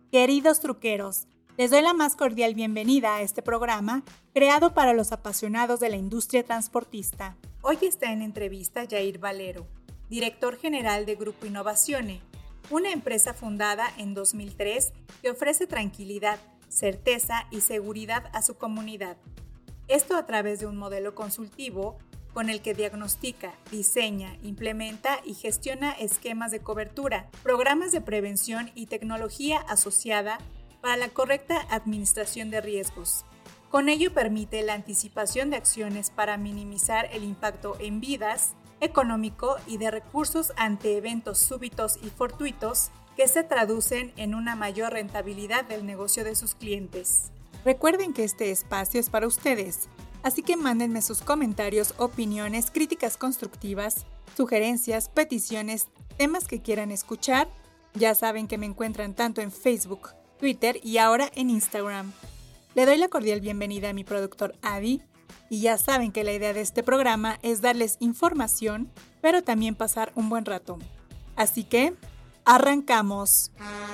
Queridos truqueros, les doy la más cordial bienvenida a este programa creado para los apasionados de la industria transportista. Hoy está en entrevista Jair Valero, director general de Grupo Innovazione, una empresa fundada en 2003 que ofrece tranquilidad, certeza y seguridad a su comunidad. Esto a través de un modelo consultivo con el que diagnostica, diseña, implementa y gestiona esquemas de cobertura, programas de prevención y tecnología asociada para la correcta administración de riesgos. Con ello permite la anticipación de acciones para minimizar el impacto en vidas, económico y de recursos ante eventos súbitos y fortuitos que se traducen en una mayor rentabilidad del negocio de sus clientes. Recuerden que este espacio es para ustedes. Así que mándenme sus comentarios, opiniones, críticas constructivas, sugerencias, peticiones, temas que quieran escuchar. Ya saben que me encuentran tanto en Facebook, Twitter y ahora en Instagram. Le doy la cordial bienvenida a mi productor Adi y ya saben que la idea de este programa es darles información, pero también pasar un buen rato. Así que, ¡arrancamos!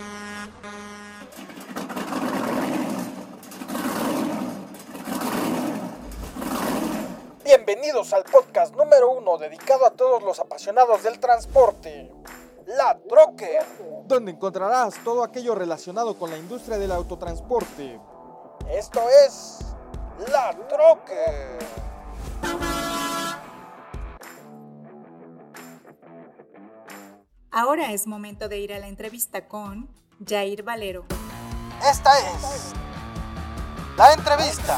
Bienvenidos al podcast número 1 dedicado a todos los apasionados del transporte, La Trocker, donde encontrarás todo aquello relacionado con la industria del autotransporte. Esto es La Trocker. Ahora es momento de ir a la entrevista con Jair Valero. Esta es la entrevista.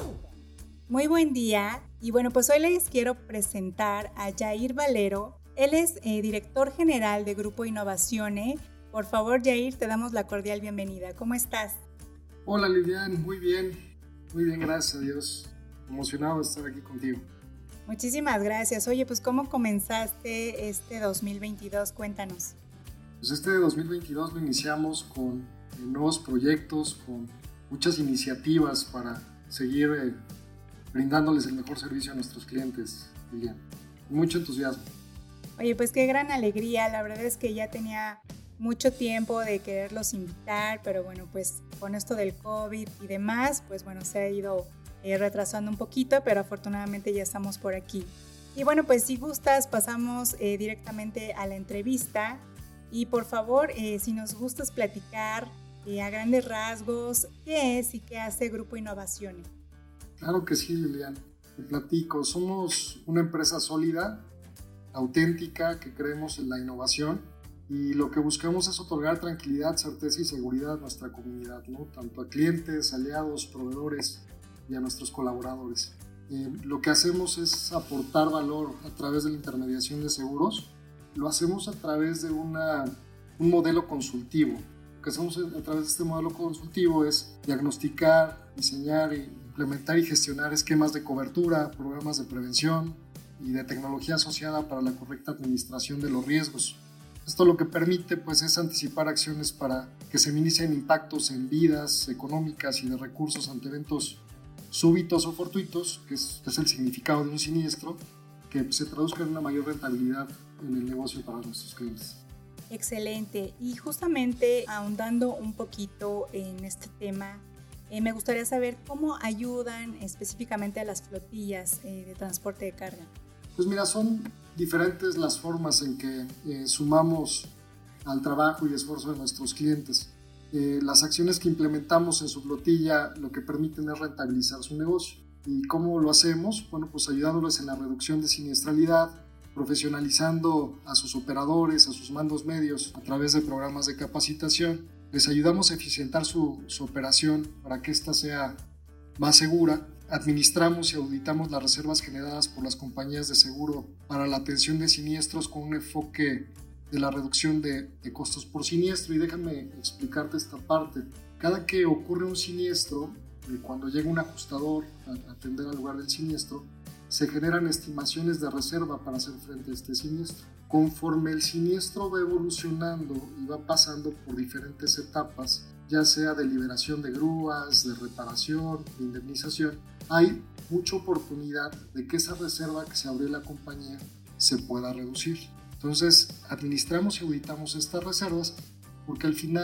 Muy buen día y bueno, pues hoy les quiero presentar a Jair Valero. Él es director general de Grupo Innovazione. Por favor, Jair, te damos la cordial bienvenida. ¿Cómo estás? Hola Lilian, muy bien, gracias a Dios. Emocionado de estar aquí contigo. Muchísimas gracias. Oye, pues ¿cómo comenzaste este 2022? Cuéntanos. Pues este 2022 lo iniciamos con nuevos proyectos, con muchas iniciativas para seguir brindándoles el mejor servicio a nuestros clientes, Lilian. Mucho entusiasmo. Oye, pues qué gran alegría. La verdad es que ya tenía mucho tiempo de quererlos invitar, pero bueno, pues con esto del COVID y demás, pues bueno, se ha ido retrasando un poquito, pero afortunadamente ya estamos por aquí. Y bueno, pues si gustas, pasamos directamente a la entrevista. Y por favor, si nos gustas platicar a grandes rasgos, ¿qué es y qué hace Grupo Innovazione? Claro que sí, Lilian. Te platico. Somos una empresa sólida, auténtica, que creemos en la innovación y lo que buscamos es otorgar tranquilidad, certeza y seguridad a nuestra comunidad, ¿no? Tanto a clientes, aliados, proveedores y a nuestros colaboradores. Lo que hacemos es aportar valor a través de la intermediación de seguros. Lo hacemos a través de un modelo consultivo. Lo que hacemos a través de este modelo consultivo es diagnosticar, diseñar y implementar y gestionar esquemas de cobertura, programas de prevención y de tecnología asociada para la correcta administración de los riesgos. Esto lo que permite pues, es anticipar acciones para que se minimicen impactos en vidas económicas y de recursos ante eventos súbitos o fortuitos, que es el significado de un siniestro, que se traduzca en una mayor rentabilidad en el negocio para nuestros clientes. Excelente. Y justamente ahondando un poquito en este tema, me gustaría saber cómo ayudan específicamente a las flotillas de transporte de carga. Pues mira, son diferentes las formas en que sumamos al trabajo y esfuerzo de nuestros clientes. Las acciones que implementamos en su flotilla lo que permiten es rentabilizar su negocio. ¿Y cómo lo hacemos? Bueno, pues ayudándoles en la reducción de siniestralidad, profesionalizando a sus operadores, a sus mandos medios a través de programas de capacitación. Les ayudamos a eficientar su operación para que ésta sea más segura. Administramos y auditamos las reservas generadas por las compañías de seguro para la atención de siniestros con un enfoque de la reducción de costos por siniestro. Y déjame explicarte esta parte. Cada que ocurre un siniestro, cuando llega un ajustador a atender al lugar del siniestro, se generan estimaciones de reserva para hacer frente a este siniestro. Conforme el siniestro va evolucionando y va pasando por diferentes etapas, ya sea de liberación de grúas, de reparación, de indemnización, hay mucha oportunidad de que esa reserva que se abrió en la compañía se pueda reducir. Entonces, administramos y auditamos estas reservas porque al final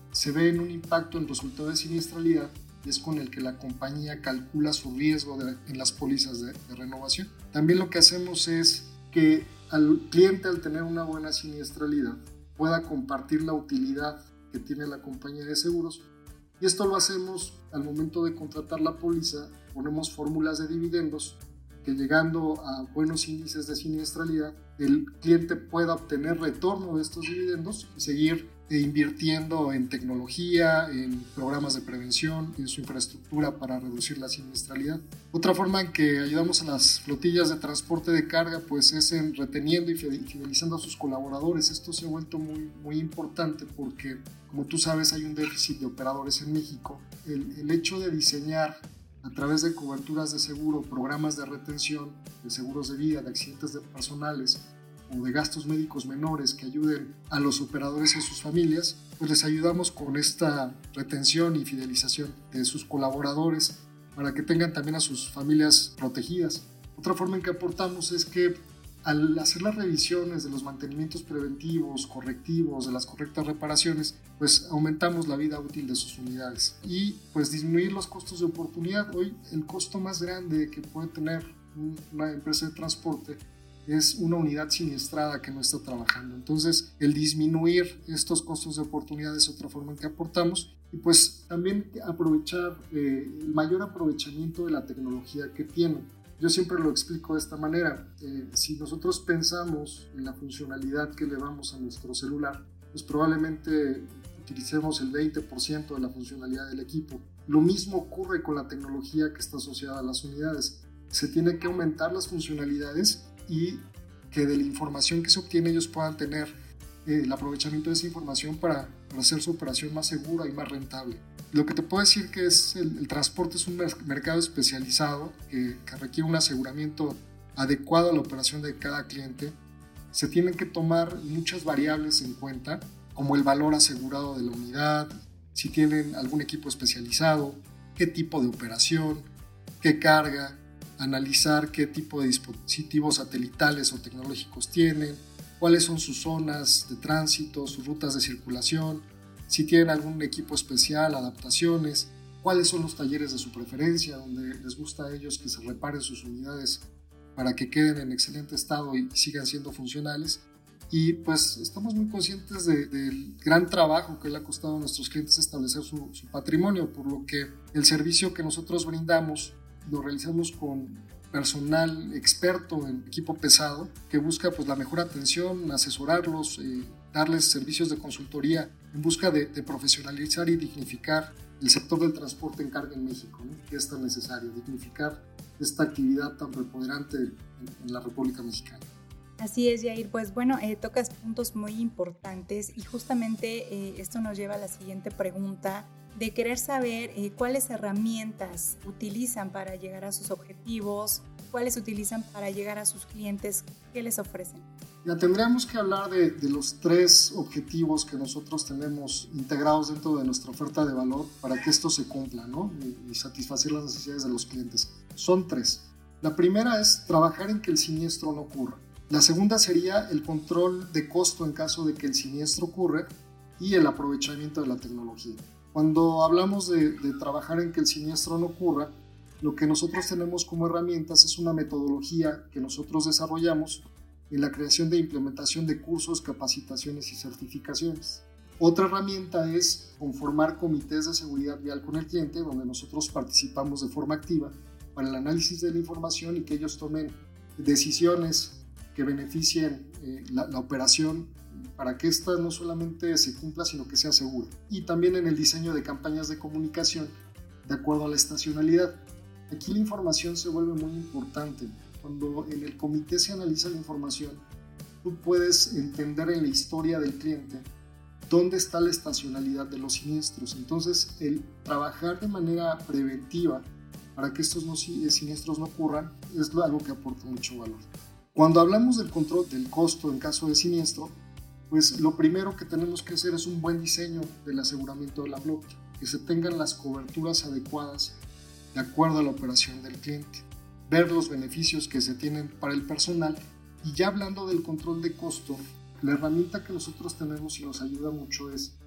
se ve en un impacto en resultado de siniestralidad y es con el que la compañía calcula su riesgo en las pólizas de renovación. También lo que hacemos es que al cliente, al tener una buena siniestralidad, pueda compartir la utilidad que tiene la compañía de seguros, y esto lo hacemos al momento de contratar la póliza. Ponemos fórmulas de dividendos que, llegando a buenos índices de siniestralidad, el cliente pueda obtener retorno de estos dividendos y seguir invirtiendo en tecnología, en programas de prevención y en su infraestructura para reducir la siniestralidad. Otra forma en que ayudamos a las flotillas de transporte de carga pues es en reteniendo y fidelizando a sus colaboradores. Esto se ha vuelto muy importante porque, como tú sabes, hay un déficit de operadores en México. El hecho de diseñar a través de coberturas de seguro, programas de retención, de seguros de vida, de accidentes personales o de gastos médicos menores que ayuden a los operadores y a sus familias, pues les ayudamos con esta retención y fidelización de sus colaboradores para que tengan también a sus familias protegidas. Otra forma en que aportamos es que al hacer las revisiones de los mantenimientos preventivos, correctivos, de las correctas reparaciones, pues aumentamos la vida útil de sus unidades y pues disminuir los costos de oportunidad. Hoy el costo más grande que puede tener una empresa de transporte es una unidad siniestrada que no está trabajando. Entonces, el disminuir estos costos de oportunidad es otra forma en que aportamos, y pues también aprovechar el mayor aprovechamiento de la tecnología que tiene. Yo siempre lo explico de esta manera. Si nosotros pensamos en la funcionalidad que le damos a nuestro celular, pues probablemente utilicemos el 20% de la funcionalidad del equipo. Lo mismo ocurre con la tecnología que está asociada a las unidades. Se tiene que aumentar las funcionalidades y que de la información que se obtiene ellos puedan tener el aprovechamiento de esa información para hacer su operación más segura y más rentable. Lo que te puedo decir que es el transporte es un mercado especializado que requiere un aseguramiento adecuado a la operación de cada cliente. Se tienen que tomar muchas variables en cuenta, como el valor asegurado de la unidad, si tienen algún equipo especializado, qué tipo de operación, qué carga, analizar qué tipo de dispositivos satelitales o tecnológicos tienen, cuáles son sus zonas de tránsito, sus rutas de circulación, si tienen algún equipo especial, adaptaciones, cuáles son los talleres de su preferencia, donde les gusta a ellos que se reparen sus unidades para que queden en excelente estado y sigan siendo funcionales. Y pues estamos muy conscientes del gran trabajo que le ha costado a nuestros clientes establecer su patrimonio, por lo que el servicio que nosotros brindamos lo realizamos con personal experto en equipo pesado que busca pues la mejor atención, asesorarlos, darles servicios de consultoría en busca de profesionalizar y dignificar el sector del transporte en carga en México, ¿no? Que es tan necesario, dignificar esta actividad tan preponderante en la República Mexicana. Así es, Yair. Pues bueno, tocas puntos muy importantes y justamente esto nos lleva a la siguiente pregunta de querer saber cuáles herramientas utilizan para llegar a sus objetivos, cuáles utilizan para llegar a sus clientes, qué les ofrecen. Ya tendríamos que hablar de los 3 objetivos que nosotros tenemos integrados dentro de nuestra oferta de valor para que esto se cumpla, ¿no? Y satisfacer las necesidades de los clientes. Son 3. La primera es trabajar en que el siniestro no ocurra. La segunda sería el control de costo en caso de que el siniestro ocurra y el aprovechamiento de la tecnología. Cuando hablamos de trabajar en que el siniestro no ocurra, lo que nosotros tenemos como herramientas es una metodología que nosotros desarrollamos en la creación de implementación de cursos, capacitaciones y certificaciones. Otra herramienta es conformar comités de seguridad vial con el cliente, donde nosotros participamos de forma activa para el análisis de la información y que ellos tomen decisiones que beneficien la operación para que esta no solamente se cumpla, sino que sea segura. Y también en el diseño de campañas de comunicación de acuerdo a la estacionalidad. Aquí la información se vuelve muy importante. Cuando en el comité se analiza la información, tú puedes entender en la historia del cliente dónde está la estacionalidad de los siniestros. Entonces, el trabajar de manera preventiva para que estos siniestros no ocurran es algo que aporta mucho valor. Cuando hablamos del control del costo en caso de siniestro, pues lo primero que tenemos que hacer es un buen diseño del aseguramiento de la flota, que se tengan las coberturas adecuadas de acuerdo a la operación del cliente, ver los beneficios que se tienen para el personal. Y ya hablando del control de costo, la herramienta que nosotros tenemos y nos ayuda mucho es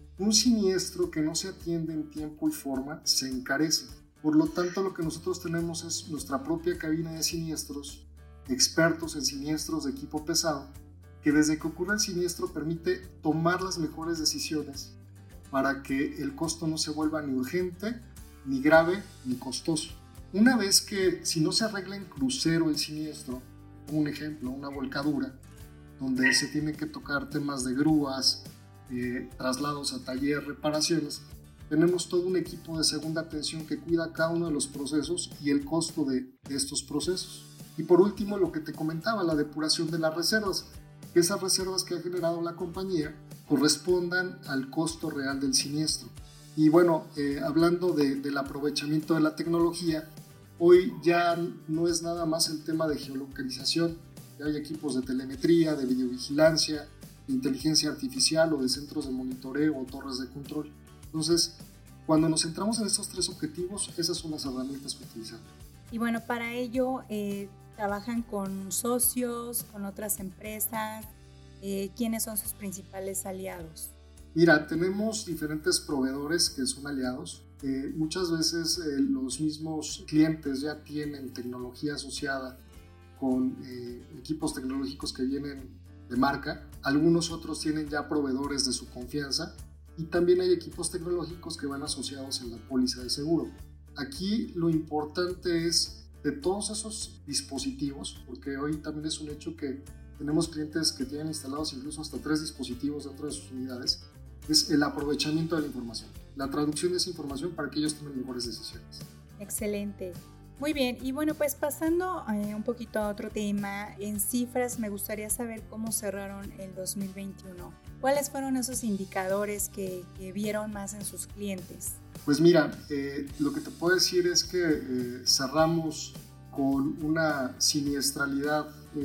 Un siniestro que no se atiende en tiempo y forma se encarece. Por lo tanto, lo que nosotros tenemos es nuestra propia cabina de siniestros, expertos en siniestros de equipo pesado, que desde que ocurre el siniestro permite tomar las mejores decisiones para que el costo no se vuelva ni urgente, ni grave, ni costoso. Una vez que, si no se arregla en crucero el siniestro, un ejemplo, una volcadura, donde se tienen que tocar temas de grúas, traslados a taller, reparaciones, tenemos todo un equipo de segunda atención que cuida cada uno de los procesos y el costo de estos procesos. Y por último, lo que te comentaba, la depuración de las reservas, que esas reservas que ha generado la compañía correspondan al costo real del siniestro. Y bueno, hablando del aprovechamiento de la tecnología, hoy ya no es nada más el tema de geolocalización, ya hay equipos de telemetría, de videovigilancia, de inteligencia artificial o de centros de monitoreo o torres de control. Entonces, cuando nos centramos en estos tres objetivos, esas son las herramientas que utilizamos. Y bueno, para ello trabajan con socios, con otras empresas. ¿Quiénes son sus principales aliados? Mira, tenemos diferentes proveedores que son aliados. Muchas veces los mismos clientes ya tienen tecnología asociada con equipos tecnológicos que vienen de marca. Algunos otros tienen ya proveedores de su confianza y también hay equipos tecnológicos que van asociados en la póliza de seguro. Aquí lo importante es de todos esos dispositivos, porque hoy también es un hecho que tenemos clientes que tienen instalados incluso hasta 3 dispositivos dentro de sus unidades, es el aprovechamiento de la información, la traducción de esa información para que ellos tomen mejores decisiones. Excelente. Muy bien, y bueno, pues pasando un poquito a otro tema, en cifras me gustaría saber cómo cerraron el 2021. ¿Cuáles fueron esos indicadores que vieron más en sus clientes? Pues mira, lo que te puedo decir es que cerramos con una siniestralidad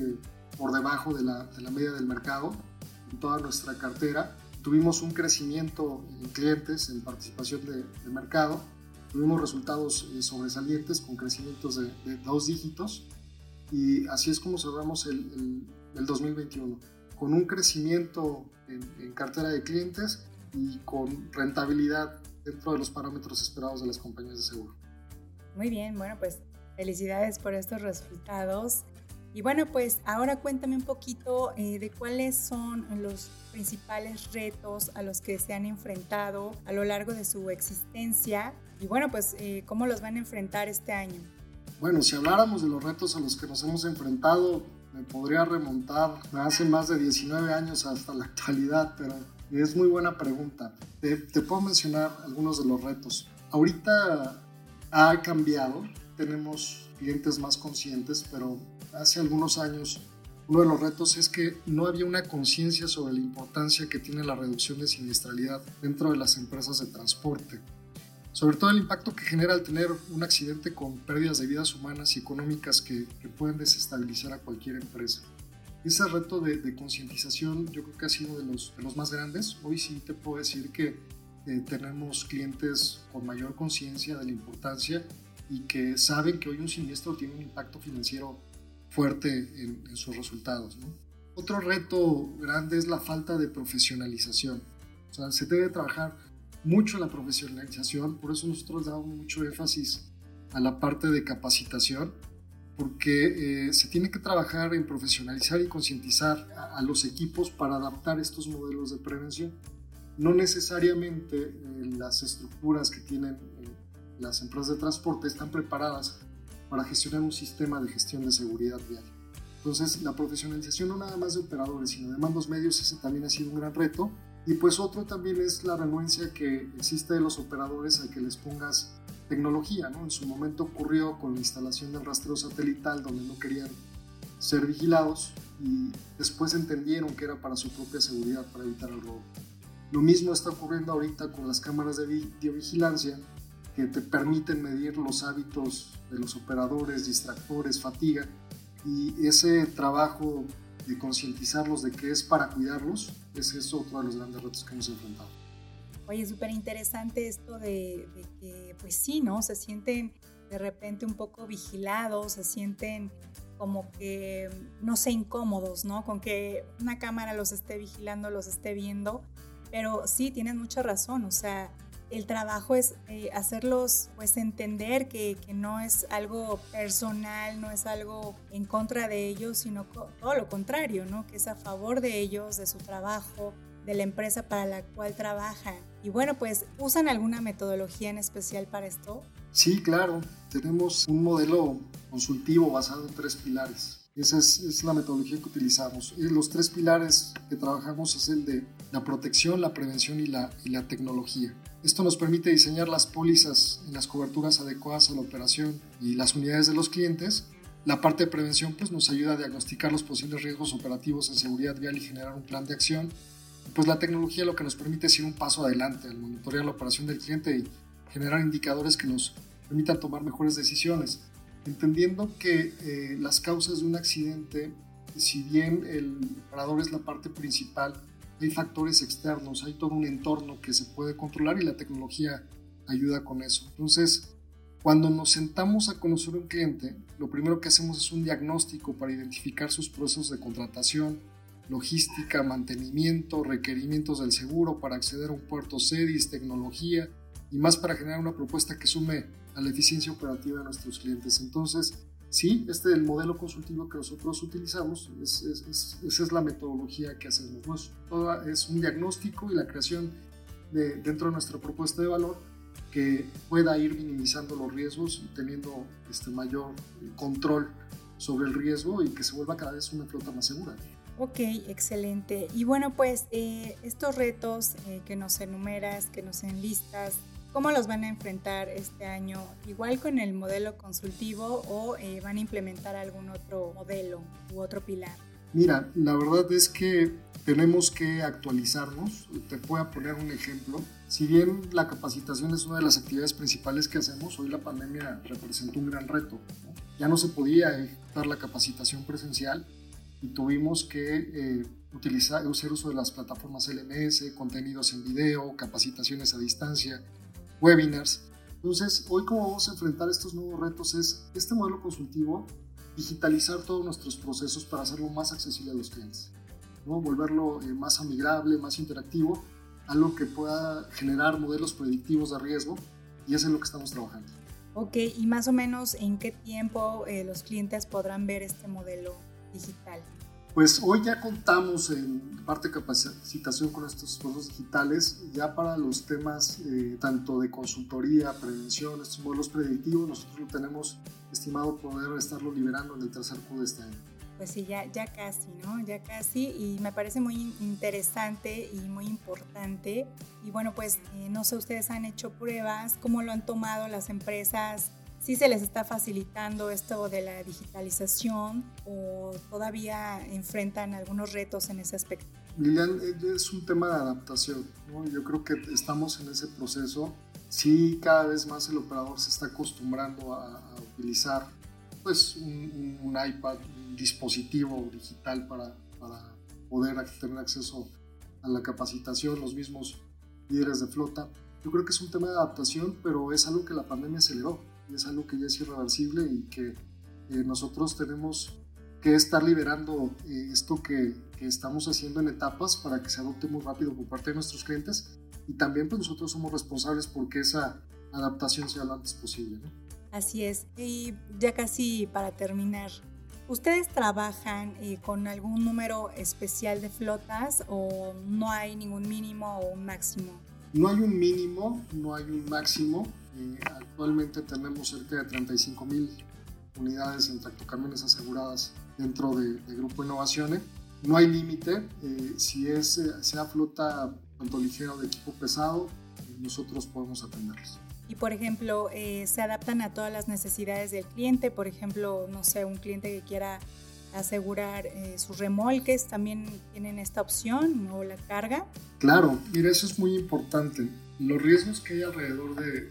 por debajo de la media del mercado en toda nuestra cartera. Tuvimos un crecimiento en clientes, en participación de mercado. Tuvimos resultados sobresalientes con crecimientos de 2 dígitos y así es como cerramos el 2021, con un crecimiento en cartera de clientes y con rentabilidad dentro de los parámetros esperados de las compañías de seguro. Muy bien, bueno, pues felicidades por estos resultados. Y bueno, pues ahora cuéntame un poquito de cuáles son los principales retos a los que se han enfrentado a lo largo de su existencia y bueno, pues cómo los van a enfrentar este año. Bueno, si habláramos de los retos a los que nos hemos enfrentado, me podría remontar hace más de 19 años hasta la actualidad, pero es muy buena pregunta. Te puedo mencionar algunos de los retos. Ahorita ha cambiado, tenemos clientes más conscientes, pero hace algunos años uno de los retos es que no había una conciencia sobre la importancia que tiene la reducción de siniestralidad dentro de las empresas de transporte. Sobre todo el impacto que genera al tener un accidente con pérdidas de vidas humanas y económicas que pueden desestabilizar a cualquier empresa. Ese reto de concientización yo creo que ha sido de los más grandes. Hoy sí te puedo decir que tenemos clientes con mayor conciencia de la importancia y que saben que hoy un siniestro tiene un impacto financiero fuerte en sus resultados, ¿no? Otro reto grande es la falta de profesionalización. O sea, se debe trabajar mucho la profesionalización, por eso nosotros damos mucho énfasis a la parte de capacitación, porque se tiene que trabajar en profesionalizar y concientizar a los equipos para adaptar estos modelos de prevención. No necesariamente las estructuras que tienen las empresas de transporte están preparadas para gestionar un sistema de gestión de seguridad vial. Entonces, la profesionalización no nada más de operadores, sino de mandos medios, ese también ha sido un gran reto. Y pues otro también es la renuencia que existe de los operadores a que les pongas tecnología, ¿no? En su momento ocurrió con la instalación del rastreo satelital, donde no querían ser vigilados y después entendieron que era para su propia seguridad, para evitar el robo. Lo mismo está ocurriendo ahorita con las cámaras de videovigilancia, que te permiten medir los hábitos de los operadores, distractores, fatiga, y ese trabajo de concientizarlos de que es para cuidarlos, ese es otro de los grandes retos que hemos enfrentado. Oye, súper interesante esto de que, pues sí, ¿no? Se sienten de repente un poco vigilados, se sienten como que, no sé, incómodos, ¿no? Con que una cámara los esté vigilando, los esté viendo. Pero sí, tienes mucha razón, o sea, el trabajo es hacerlos pues entender que no es algo personal, no es algo en contra de ellos, sino todo lo contrario, ¿no? Que es a favor de ellos, de su trabajo, de la empresa para la cual trabajan. Y bueno, pues, ¿usan alguna metodología en especial para esto? Sí, claro. Tenemos un modelo consultivo basado en 3 pilares. Esa es la metodología que utilizamos. Y los 3 pilares que trabajamos es el de la protección, la prevención y la tecnología. Esto nos permite diseñar las pólizas en las coberturas adecuadas a la operación y las unidades de los clientes. La parte de prevención pues, nos ayuda a diagnosticar los posibles riesgos operativos en seguridad vial y generar un plan de acción. Pues la tecnología lo que nos permite es ir un paso adelante al monitorear la operación del cliente y generar indicadores que nos permitan tomar mejores decisiones, entendiendo que las causas de un accidente, si bien el operador es la parte principal, hay factores externos, hay todo un entorno que se puede controlar y la tecnología ayuda con eso. Entonces, cuando nos sentamos a conocer un cliente, lo primero que hacemos es un diagnóstico para identificar sus procesos de contratación, logística, mantenimiento, requerimientos del seguro para acceder a un puerto CEDIS, tecnología y más para generar una propuesta que sume a la eficiencia operativa de nuestros clientes. Entonces, sí, este es el modelo consultivo que nosotros utilizamos, esa es la metodología que hacemos, ¿no? Es un diagnóstico y la creación dentro de nuestra propuesta de valor que pueda ir minimizando los riesgos y teniendo mayor control sobre el riesgo y que se vuelva cada vez una flota más segura. Ok, excelente. Y bueno, pues estos retos que nos enumeras, que nos enlistas, ¿cómo los van a enfrentar este año? ¿Igual con el modelo consultivo o van a implementar algún otro modelo u otro pilar? Mira, la verdad es que tenemos que actualizarnos. Te voy a poner un ejemplo. Si bien la capacitación es una de las actividades principales que hacemos, hoy la pandemia representó un gran reto, ¿no? Ya no se podía ejecutar la capacitación presencial y tuvimos que hacer uso de las plataformas LMS, contenidos en video, capacitaciones a distancia, webinars. Entonces, hoy cómo vamos a enfrentar estos nuevos retos es este modelo consultivo, digitalizar todos nuestros procesos para hacerlo más accesible a los clientes, ¿no? Volverlo más amigable, más interactivo, algo que pueda generar modelos predictivos de riesgo, y eso es lo que estamos trabajando. Ok, y más o menos ¿en qué tiempo los clientes podrán ver este modelo digital? Pues hoy ya contamos en parte de capacitación con estos procesos digitales, ya para los temas tanto de consultoría, prevención, estos modelos predictivos, nosotros lo tenemos estimado poder estarlo liberando en el tercer Q de este año. Pues sí, ya casi, ¿no? Ya casi, y me parece muy interesante y muy importante. Y bueno, pues no sé, ustedes han hecho pruebas, ¿cómo lo han tomado las empresas? ¿Sí se les está facilitando esto de la digitalización o todavía enfrentan algunos retos en ese aspecto? Lilian, es un tema de adaptación, ¿no? Yo creo que estamos en ese proceso. Sí, cada vez más el operador se está acostumbrando a utilizar pues, un iPad, un dispositivo digital para poder tener acceso a la capacitación, los mismos líderes de flota. Yo creo que es un tema de adaptación, pero es algo que la pandemia aceleró y es algo que ya es irreversible y que nosotros tenemos que estar liberando esto que estamos haciendo en etapas para que se adopte muy rápido por parte de nuestros clientes, y también pues nosotros somos responsables porque esa adaptación sea lo antes posible, ¿no? Así es, y ya casi para terminar, ¿ustedes trabajan con algún número especial de flotas o no hay ningún mínimo o un máximo? No hay un mínimo, no hay un máximo. Actualmente tenemos cerca de 35,000 unidades en tractocamiones aseguradas dentro de Grupo Innovazione. No hay límite, si sea flota tanto ligera o de equipo pesado, nosotros podemos atenderlos. Y por ejemplo, ¿se adaptan a todas las necesidades del cliente? Por ejemplo, no sé, un cliente que quiera asegurar sus remolques, ¿también tienen esta opción o la carga? Claro, mira, eso es muy importante. Los riesgos que hay alrededor del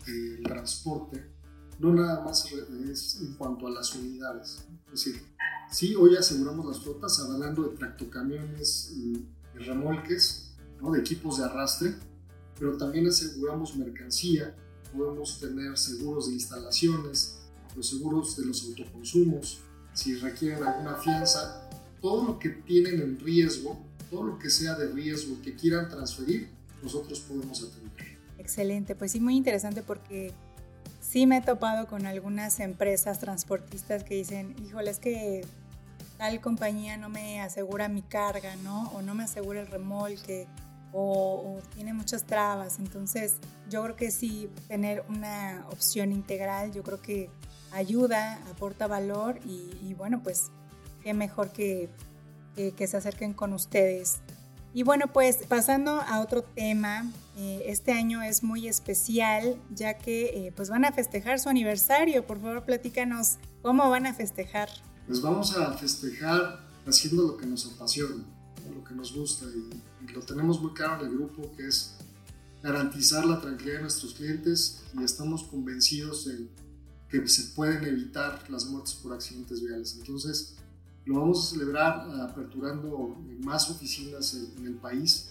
transporte no nada más es en cuanto a las unidades. Es decir, sí, hoy aseguramos las flotas hablando de tractocamiones y remolques, ¿no? De equipos de arrastre, pero también aseguramos mercancía, podemos tener seguros de instalaciones, los seguros de los autoconsumos, si requieren alguna fianza, todo lo que tienen en riesgo todo lo que sea de riesgo que quieran transferir, nosotros podemos atender. Excelente, pues sí, muy interesante porque sí me he topado con algunas empresas transportistas que dicen, híjole, es que tal compañía no me asegura mi carga, ¿no? O no me asegura el remolque, o tiene muchas trabas. Entonces, yo creo que sí, tener una opción integral, yo creo que ayuda, aporta valor y bueno, pues qué mejor que se acerquen con ustedes. Y bueno, pues pasando a otro tema, este año es muy especial ya que pues van a festejar su aniversario. Por favor, platícanos cómo van a festejar. Pues vamos a festejar haciendo lo que nos apasiona, ¿no? Lo que nos gusta y lo tenemos muy claro en el grupo, que es garantizar la tranquilidad de nuestros clientes, y estamos convencidos de que se pueden evitar las muertes por accidentes viales. Entonces lo vamos a celebrar aperturando más oficinas en el país.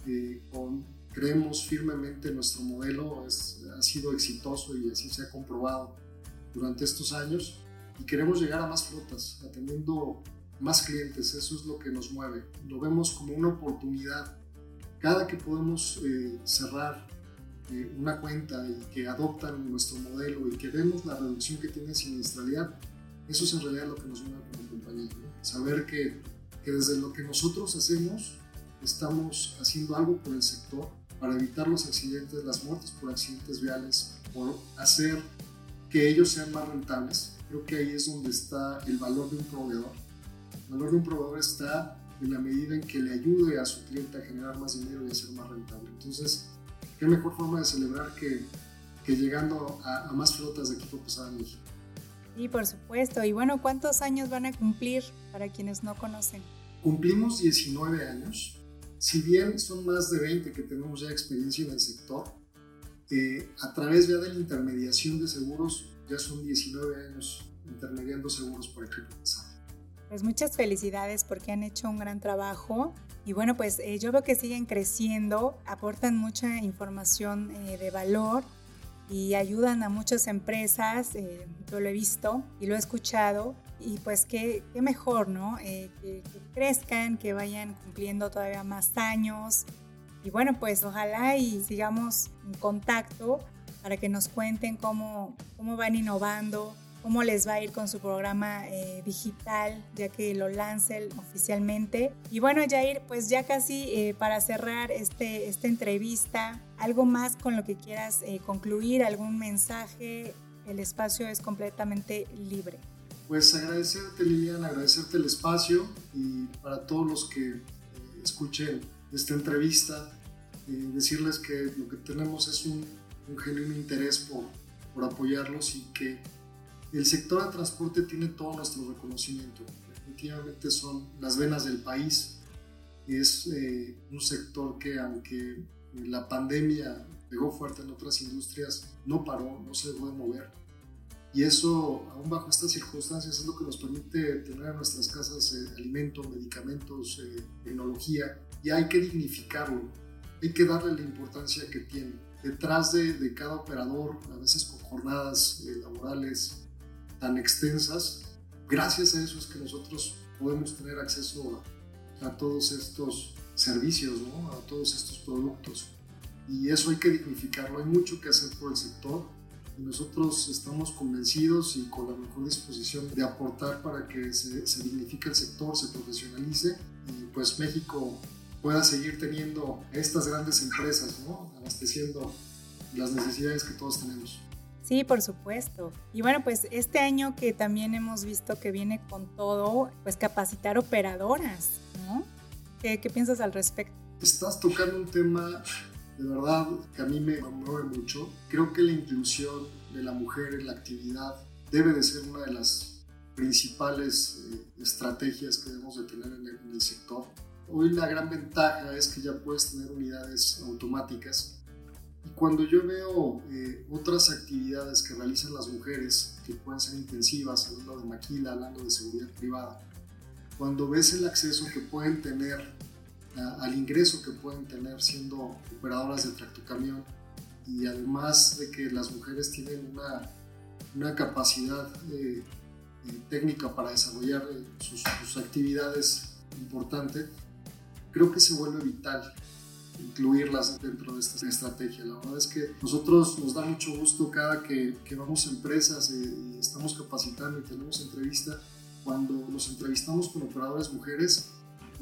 Creemos firmemente en nuestro modelo, ha sido exitoso y así se ha comprobado durante estos años, y queremos llegar a más flotas, atendiendo más clientes. Eso es lo que nos mueve. Lo vemos como una oportunidad. Cada que podemos cerrar una cuenta y que adoptan nuestro modelo y que vemos la reducción que tiene siniestralidad, eso es en realidad lo que nos mueve como compañía, ¿no? Saber que desde lo que nosotros hacemos estamos haciendo algo por el sector para evitar los accidentes, las muertes por accidentes viales, por hacer que ellos sean más rentables. Creo que ahí es donde está el valor de un proveedor. El valor de un proveedor está en la medida en que le ayude a su cliente a generar más dinero y a ser más rentable. Entonces, qué mejor forma de celebrar que llegando a más flotas de equipo pesado en México. Sí, por supuesto. Y bueno, ¿cuántos años van a cumplir para quienes no conocen? Cumplimos 19 años. Si bien son más de 20 que tenemos ya experiencia en el sector, a través ya de la intermediación de seguros, ya son 19 años intermediando seguros por equipo pesado. Pues muchas felicidades porque han hecho un gran trabajo y bueno, pues yo veo que siguen creciendo, aportan mucha información de valor y ayudan a muchas empresas. Yo lo he visto y lo he escuchado, y pues qué mejor, ¿no? Que crezcan, que vayan cumpliendo todavía más años, y bueno, pues ojalá y sigamos en contacto para que nos cuenten cómo van innovando, cómo les va a ir con su programa digital, ya que lo lancen oficialmente. Y bueno, Jair, pues ya casi para cerrar esta entrevista, algo más con lo que quieras concluir, algún mensaje, el espacio es completamente libre. Pues agradecerte, Liliana, agradecerte el espacio, y para todos los que escuchen esta entrevista, decirles que lo que tenemos es un genuino interés por apoyarlos, y que el sector de transporte tiene todo nuestro reconocimiento. Definitivamente son las venas del país. Es un sector que, aunque la pandemia pegó fuerte en otras industrias, no paró, no se dejó de mover. Y eso, aún bajo estas circunstancias, es lo que nos permite tener en nuestras casas alimentos, medicamentos, tecnología, y hay que dignificarlo, hay que darle la importancia que tiene. Detrás de cada operador, a veces con jornadas laborales tan extensas, gracias a eso es que nosotros podemos tener acceso a todos estos servicios, ¿no? A todos estos productos, y eso hay que dignificarlo. Hay mucho que hacer por el sector, y nosotros estamos convencidos y con la mejor disposición de aportar para que se dignifique el sector, se profesionalice, y pues México pueda seguir teniendo estas grandes empresas, ¿no? Abasteciendo las necesidades que todos tenemos. Sí, por supuesto. Y bueno, pues este año que también hemos visto que viene con todo, pues capacitar operadoras, ¿no? ¿Qué piensas al respecto? Estás tocando un tema de verdad que a mí me mueve mucho. Creo que la inclusión de la mujer en la actividad debe de ser una de las principales estrategias que debemos de tener en el sector. Hoy la gran ventaja es que ya puedes tener unidades automáticas, y cuando yo veo otras actividades que realizan las mujeres, que pueden ser intensivas, hablando de maquila, hablando de seguridad privada, cuando ves el acceso que pueden tener al ingreso que pueden tener siendo operadoras de tractocamión, y además de que las mujeres tienen una capacidad técnica para desarrollar sus actividades importante, creo que se vuelve vital incluirlas dentro de esta estrategia. La verdad es que nosotros nos da mucho gusto cada que vamos a empresas y estamos capacitando y tenemos entrevista. Cuando nos entrevistamos con operadoras mujeres,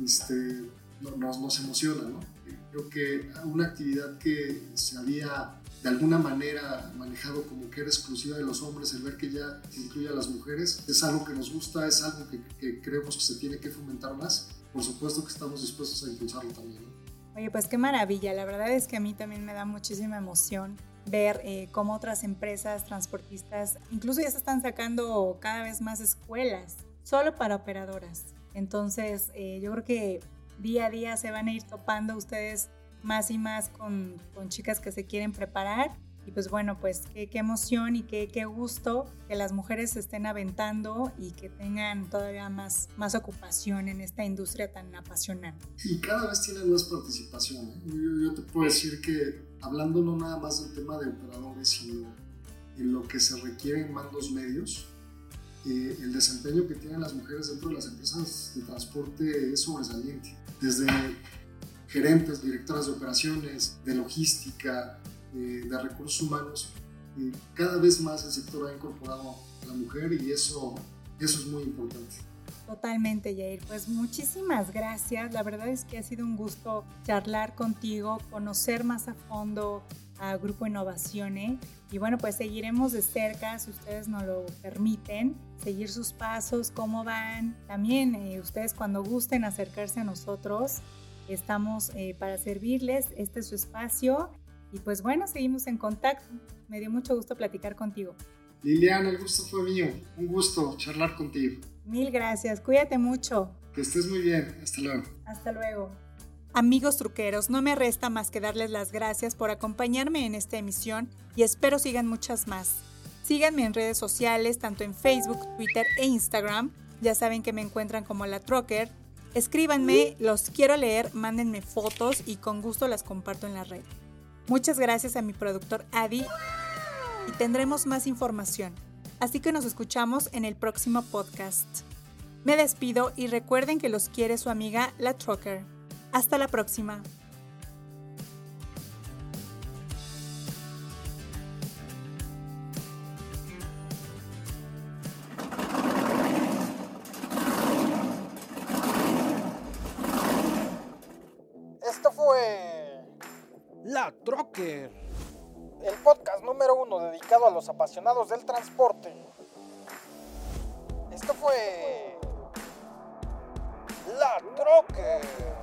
nos emociona, ¿no? Creo que una actividad que se había de alguna manera manejado como que era exclusiva de los hombres, el ver que ya se incluye a las mujeres, es algo que nos gusta, es algo que creemos que se tiene que fomentar más. Por supuesto que estamos dispuestos a impulsarlo también, ¿no? Oye, pues qué maravilla, la verdad es que a mí también me da muchísima emoción ver cómo otras empresas transportistas incluso ya se están sacando cada vez más escuelas solo para operadoras. Entonces yo creo que día a día se van a ir topando ustedes más y más con chicas que se quieren preparar. Y pues bueno, pues qué emoción y qué gusto que las mujeres se estén aventando y que tengan todavía más ocupación en esta industria tan apasionante. Y cada vez tienen más participación, ¿eh? Yo te puedo decir que hablando no nada más del tema de operadores, sino en lo que se requiere en mandos medios, el desempeño que tienen las mujeres dentro de las empresas de transporte es sobresaliente. Desde gerentes, directoras de operaciones, de logística, de recursos humanos, cada vez más el sector ha incorporado a la mujer y eso es muy importante. Totalmente, Yair. Pues muchísimas gracias. La verdad es que ha sido un gusto charlar contigo, conocer más a fondo a Grupo Innovazione y bueno, pues seguiremos de cerca, si ustedes nos lo permiten, seguir sus pasos, cómo van. También ustedes cuando gusten acercarse a nosotros, estamos para servirles. Este es su espacio. Y pues bueno, seguimos en contacto. Me dio mucho gusto platicar contigo. Liliana, el gusto fue mío. Un gusto charlar contigo. Mil gracias. Cuídate mucho. Que estés muy bien. Hasta luego. Hasta luego. Amigos truqueros, no me resta más que darles las gracias por acompañarme en esta emisión y espero sigan muchas más. Síganme en redes sociales, tanto en Facebook, Twitter e Instagram. Ya saben que me encuentran como La Trocker. Escríbanme, los quiero leer, mándenme fotos y con gusto las comparto en la red. Muchas gracias a mi productor Adi y tendremos más información. Así que nos escuchamos en el próximo podcast. Me despido y recuerden que los quiere su amiga La Trocker. Hasta la próxima. Esto fue La Trocker, el podcast número 1 dedicado a los apasionados del transporte. Esto fue La Trocker.